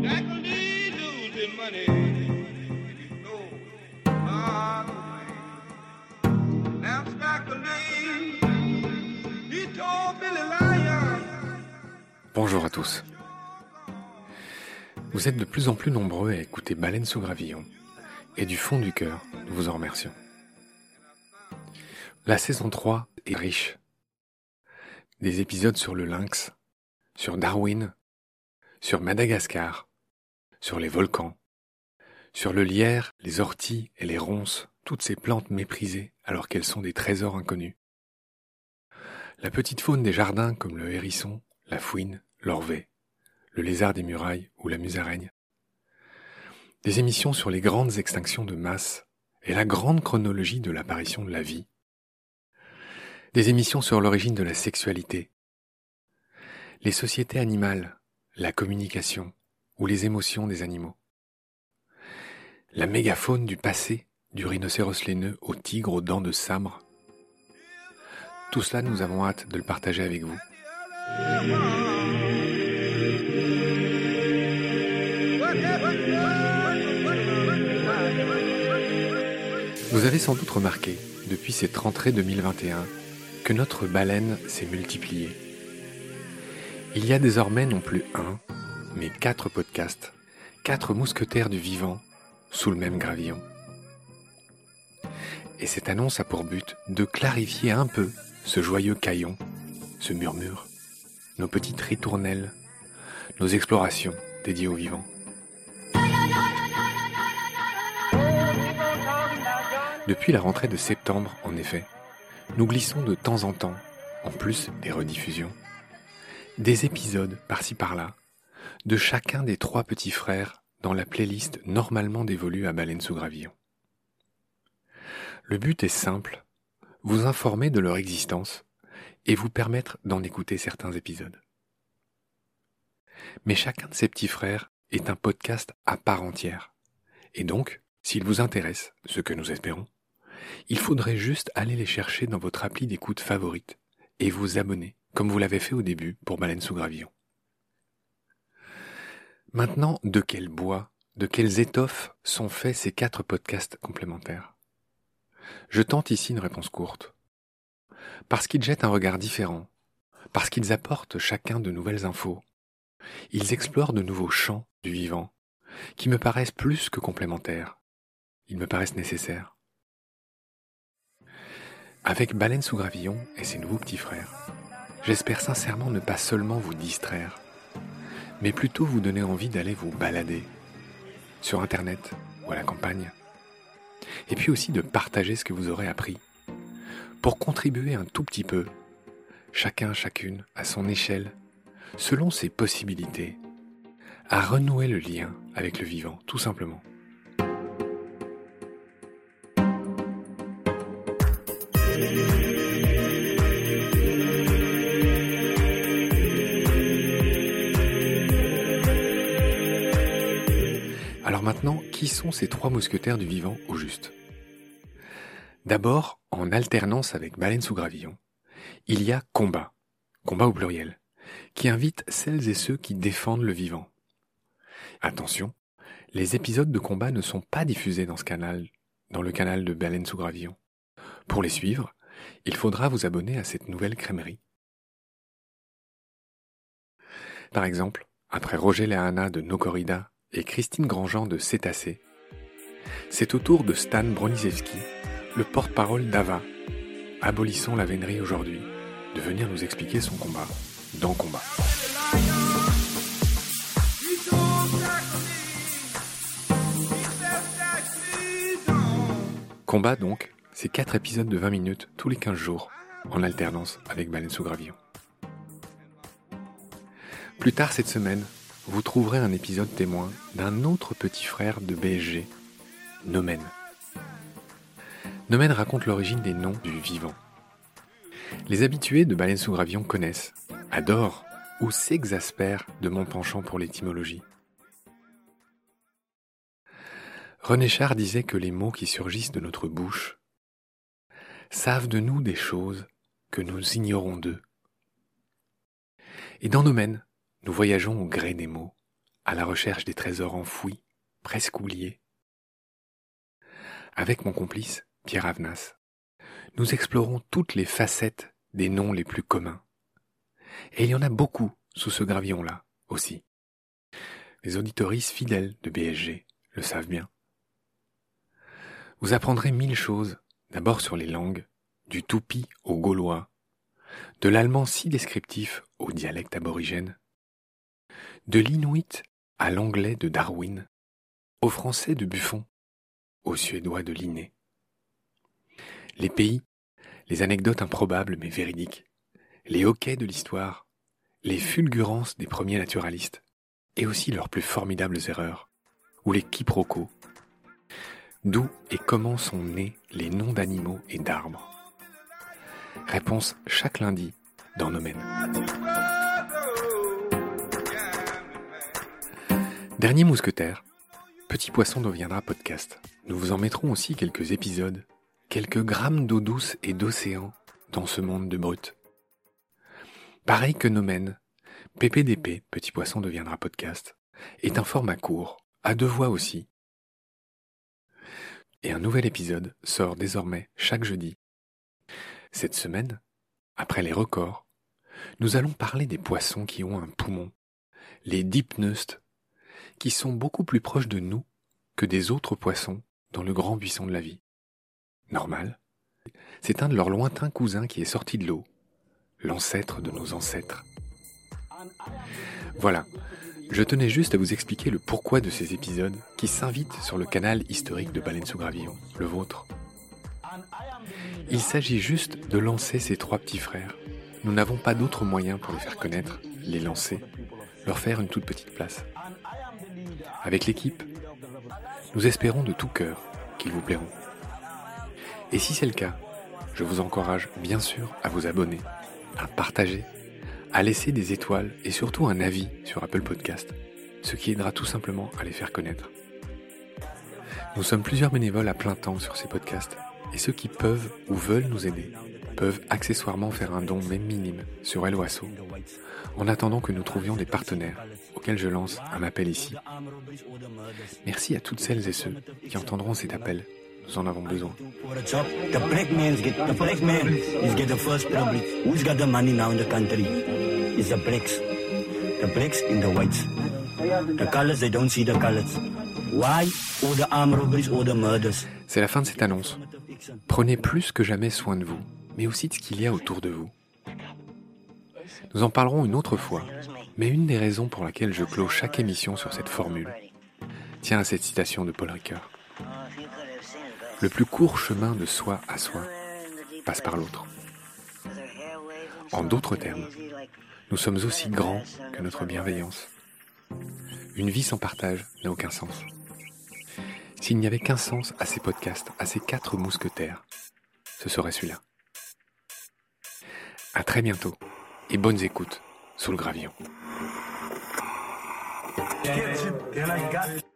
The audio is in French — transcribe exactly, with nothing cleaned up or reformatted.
Bonjour à tous. Vous êtes de plus en plus nombreux à écouter Baleine sous gravillon, et du fond du cœur, nous vous en remercions. La saison trois est riche. Des épisodes sur le lynx, sur Darwin, sur Madagascar, sur les volcans, sur le lierre, les orties et les ronces, toutes ces plantes méprisées alors qu'elles sont des trésors inconnus. La petite faune des jardins comme le hérisson, la fouine, l'orvet, le lézard des murailles ou la musaraigne. Des émissions sur les grandes extinctions de masse et la grande chronologie de l'apparition de la vie. Des émissions sur l'origine de la sexualité, les sociétés animales, la communication ou les émotions des animaux. La mégafaune du passé, du rhinocéros laineux au tigre aux dents de sabre. Tout cela, nous avons hâte de le partager avec vous. Vous avez sans doute remarqué, depuis cette rentrée deux mille vingt et un, que notre baleine s'est multipliée. Il y a désormais non plus un, mais quatre podcasts, quatre mousquetaires du vivant, sous le même gravillon. Et cette annonce a pour but de clarifier un peu ce joyeux caillon, ce murmure, nos petites ritournelles, nos explorations dédiées au vivant. Depuis la rentrée de septembre, en effet, nous glissons de temps en temps, en plus des rediffusions, des épisodes par-ci par-là, de chacun des trois petits frères dans la playlist normalement dévolue à Baleine sous gravillon. Le but est simple, vous informer de leur existence et vous permettre d'en écouter certains épisodes. Mais chacun de ces petits frères est un podcast à part entière. Et donc, s'il vous intéresse, ce que nous espérons, il faudrait juste aller les chercher dans votre appli d'écoute favorite et vous abonner, comme vous l'avez fait au début pour Baleine sous gravillon. Maintenant, de quel bois, de quelles étoffes sont faits ces quatre podcasts complémentaires ? Je tente ici une réponse courte. Parce qu'ils jettent un regard différent, parce qu'ils apportent chacun de nouvelles infos, ils explorent de nouveaux champs du vivant, qui me paraissent plus que complémentaires. Ils me paraissent nécessaires. Avec Baleine sous gravillon et ses nouveaux petits frères, j'espère sincèrement ne pas seulement vous distraire, mais plutôt vous donner envie d'aller vous balader, sur Internet ou à la campagne, et puis aussi de partager ce que vous aurez appris, pour contribuer un tout petit peu, chacun, chacune, à son échelle, selon ses possibilités, à renouer le lien avec le vivant, tout simplement. Alors maintenant, qui sont ces trois mousquetaires du vivant au juste ? D'abord, en alternance avec Baleine sous gravillon, il y a Combat, Combat au pluriel, qui invite celles et ceux qui défendent le vivant. Attention, les épisodes de Combat ne sont pas diffusés dans ce canal, dans le canal de Baleine sous gravillon. Pour les suivre, il faudra vous abonner à cette nouvelle crèmerie. Par exemple, après Roger Léana de No Corrida et Christine Grandjean de Cétacé, c'est au tour de Stan Broniszewski, le porte-parole d'A V A, Abolissons la vénerie aujourd'hui, de venir nous expliquer son combat dans Combat. Combat donc, c'est quatre épisodes de vingt minutes tous les quinze jours, en alternance avec Baleine sous gravillon. Plus tard cette semaine, vous trouverez un épisode témoin d'un autre petit frère de B S G, Nomen. Nomen raconte l'origine des noms du vivant. Les habitués de Baleine sous gravillon connaissent, adorent ou s'exaspèrent de mon penchant pour l'étymologie. René Char disait que les mots qui surgissent de notre bouche savent de nous des choses que nous ignorons d'eux. Et dans Nomen, nous voyageons au gré des mots, à la recherche des trésors enfouis, presque oubliés. Avec mon complice, Pierre Avenas, nous explorons toutes les facettes des noms les plus communs. Et il y en a beaucoup sous ce gravillon-là aussi. Les auditoristes fidèles de B S G le savent bien. Vous apprendrez mille choses, d'abord sur les langues, du tupi au gaulois, de l'allemand si descriptif au dialecte aborigène, de l'inouï à l'anglais de Darwin, au français de Buffon, au suédois de Linné. Les pays, les anecdotes improbables mais véridiques, les hoquets de l'histoire, les fulgurances des premiers naturalistes, et aussi leurs plus formidables erreurs, ou les quiproquos. D'où et comment sont nés les noms d'animaux et d'arbres? Réponse chaque lundi dans Nomen. Dernier mousquetaire, Petit Poisson deviendra podcast. Nous vous en mettrons aussi quelques épisodes, quelques grammes d'eau douce et d'océan dans ce monde de brut. Pareil que Nomen, P P D P, Petit Poisson deviendra podcast, est un format court, à deux voix aussi. Et un nouvel épisode sort désormais chaque jeudi. Cette semaine, après les records, nous allons parler des poissons qui ont un poumon, les dipneustes, qui sont beaucoup plus proches de nous que des autres poissons dans le grand buisson de la vie. Normal, c'est un de leurs lointains cousins qui est sorti de l'eau, l'ancêtre de nos ancêtres. Voilà, je tenais juste à vous expliquer le pourquoi de ces épisodes qui s'invitent sur le canal historique de Baleine sous Gravillon, le vôtre. Il s'agit juste de lancer ces trois petits frères. Nous n'avons pas d'autre moyen pour les faire connaître, les lancer, leur faire une toute petite place. Avec l'équipe, nous espérons de tout cœur qu'ils vous plairont. Et si c'est le cas, je vous encourage bien sûr à vous abonner, à partager, à laisser des étoiles et surtout un avis sur Apple Podcast, ce qui aidera tout simplement à les faire connaître. Nous sommes plusieurs bénévoles à plein temps sur ces podcasts, et ceux qui peuvent ou veulent nous aider peuvent accessoirement faire un don même minime sur Helloasso, en attendant que nous trouvions des partenaires, auxquels je lance un appel ici. Merci à toutes celles et ceux qui entendront cet appel. Nous en avons besoin. The black man get the black man is get the first problem. Who's got the money now in the country? It's the blacks. The blacks and the whites. The colors, they don't see the colors. Why? All the armed robberies, all the murders. C'est la fin de cette annonce. Prenez plus que jamais soin de vous, mais aussi de ce qu'il y a autour de vous. Nous en parlerons une autre fois, mais une des raisons pour laquelle je clôt chaque émission sur cette formule tient à cette citation de Paul Ricoeur. Le plus court chemin de soi à soi passe par l'autre. En d'autres termes, nous sommes aussi grands que notre bienveillance. Une vie sans partage n'a aucun sens. S'il n'y avait qu'un sens à ces podcasts, à ces quatre mousquetaires, ce serait celui-là. À très bientôt et bonnes écoutes sous le gravillon.